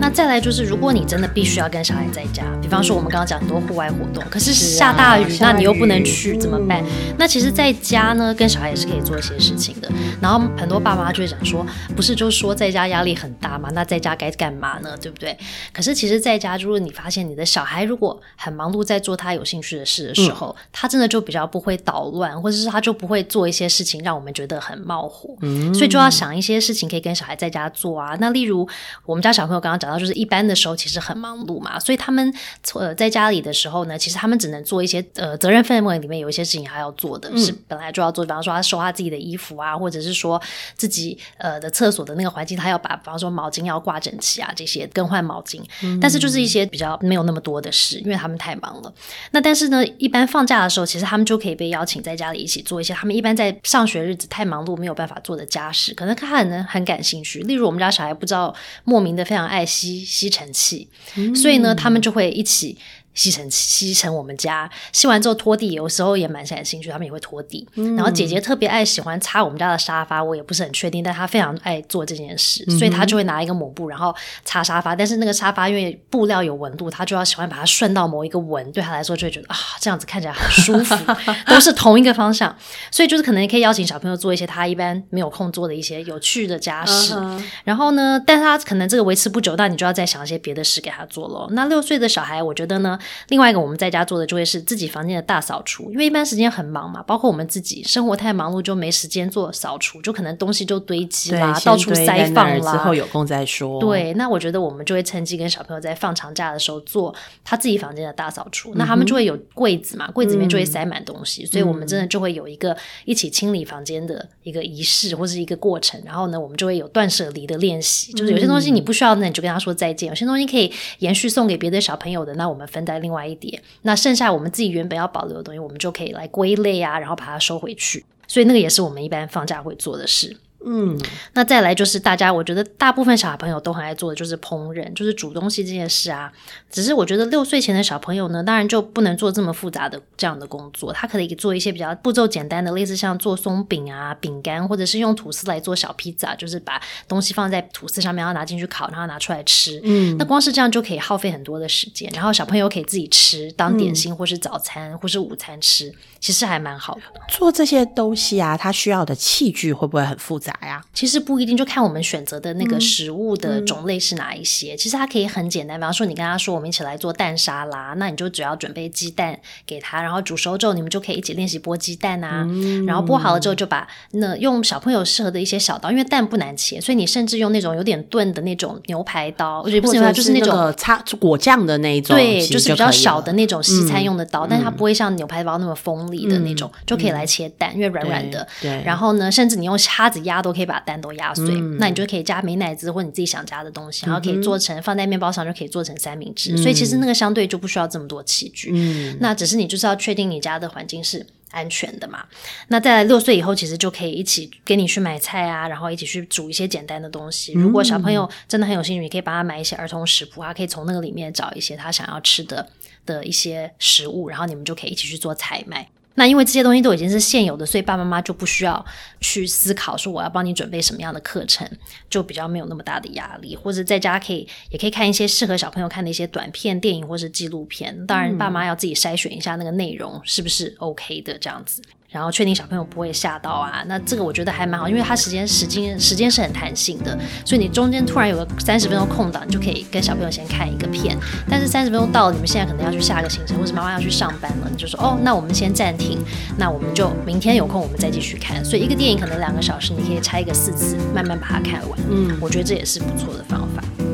再来就是如果你真的必须要跟小孩在家，比方说我们刚刚讲很多户外活动，可是下大雨，那你又不能去怎么办？那其实在家呢跟小孩也是可以做一些事情的。然后很多爸妈就会讲说，不是就是说在家压力很大嘛，那在家该干嘛呢，对不对？可是其实在家，如果你发现你的小孩如果很忙碌在做他有兴趣的事的时候，他真的就比较不会捣乱，或者是他就不会做一些事情让我们觉得很冒火，所以就要想一些事情可以跟小孩在家做啊。那例如我们家小朋友刚刚讲到，就是一般的时候其实很忙碌嘛，所以他们在家里的时候呢，其实他们只能做一些责任范围里面有一些事情还要做的，是本来就要做，比方说他收他自己的衣服啊，或者是说自己的厕所的那个环境，他要把比方说毛巾要挂整齐啊，这些更换毛巾，但是就是一些比较没有那么多的事，因为他们太忙了。那但是呢，一般放假的时候，其实他们就可以被邀请在家里一起做一些他们一般在上学日子太忙碌没有办法做的家事，可能他很感兴趣。例如我们家小孩不知道莫名的非常爱吸尘器，所以呢他们就会一起吸尘我们家，吸完之后拖地，有时候也蛮感兴趣，他们也会拖地。然后姐姐特别喜欢擦我们家的沙发，我也不是很确定，但她非常爱做这件事，所以她就会拿一个抹布然后擦沙发，但是那个沙发因为布料有纹路，她就要喜欢把它顺到某一个纹，对她来说就会觉得这样子看起来很舒服都是同一个方向，所以就是可能也可以邀请小朋友做一些他一般没有空做的一些有趣的家事，然后呢但是他可能这个维持不久，那你就要再想一些别的事给他做咯。那6岁的小孩我觉得呢，另外一个我们在家做的就会是自己房间的大扫除，因为一般时间很忙嘛，包括我们自己生活太忙碌就没时间做扫除，就可能东西就堆积啦，到处塞放啦， 之后有空再说。 对，那我觉得我们就会趁机跟小朋友在放长假的时候做他自己房间的大扫除，那他们就会有柜子嘛，柜子里面就会塞满东西，所以我们真的就会有一个一起清理房间的一个仪式或是一个过程，然后呢我们就会有断舍离的练习，就是有些东西你不需要那你就跟他说再见，有些东西可以延续送给别的小朋友的，那我们分在另外一叠，那剩下我们自己原本要保留的东西我们就可以来归类啊，然后把它收回去，所以那个也是我们一般放假会做的事。那再来就是我觉得大部分小朋友都很爱做的就是烹饪，就是煮东西这件事啊。只是我觉得6岁前的小朋友呢，当然就不能做这么复杂的这样的工作，他可以做一些比较步骤简单的，类似像做松饼啊、饼干，或者是用吐司来做小披萨，就是把东西放在吐司上面，然后拿进去烤，然后拿出来吃。那光是这样就可以耗费很多的时间，然后小朋友可以自己吃当点心或是早餐或是午餐吃，其实还蛮好的。 做这些东西啊，它需要的器具会不会很复杂呀？ 其实不一定，就看我们选择的那个食物的种类是哪一些。其实它可以很简单，比方说你跟他说我们一起来做蛋沙拉，那你就只要准备鸡蛋给他，然后煮熟之后你们就可以一起练习剥鸡蛋啊，然后剥好了之后就把用小朋友适合的一些小刀，因为蛋不难切，所以你甚至用那种有点钝的那种牛排刀，我觉得不是牛排，就是那种擦果酱的那一种， 对，就是比较小的那种西餐用的刀，但是它不会像牛排刀那么锋利的那种，就可以来切蛋，因为软软的。 对， 然后呢甚至你用叉子压都可以把蛋都压碎，那你就可以加美乃滋或你自己想加的东西，然后可以做成放在面包上就可以做成三明治，所以其实那个相对就不需要这么多器具，那只是你就是要确定你家的环境是安全的嘛。那再来6岁以后其实就可以一起跟你去买菜啊，然后一起去煮一些简单的东西，如果小朋友真的很有兴趣，你可以帮他买一些儿童食谱，他可以从那个里面找一些他想要吃的一些食物，然后你们就可以一起去做采买。那因为这些东西都已经是现有的，所以爸爸妈妈就不需要去思考说我要帮你准备什么样的课程，就比较没有那么大的压力，或者在家也可以看一些适合小朋友看的一些短片、电影或是纪录片，当然爸妈要自己筛选一下那个内容是不是 OK 的这样子，然后确定小朋友不会吓到啊。那这个我觉得还蛮好，因为它时间是很弹性的，所以你中间突然有个30分钟空档，你就可以跟小朋友先看一个片，但是30分钟到了，你们现在可能要去下个行程，或是妈妈要去上班了，你就说那我们先暂停，那我们就明天有空我们再继续看，所以一个电影可能2个小时，你可以拆个4次慢慢把它看完。我觉得这也是不错的方法。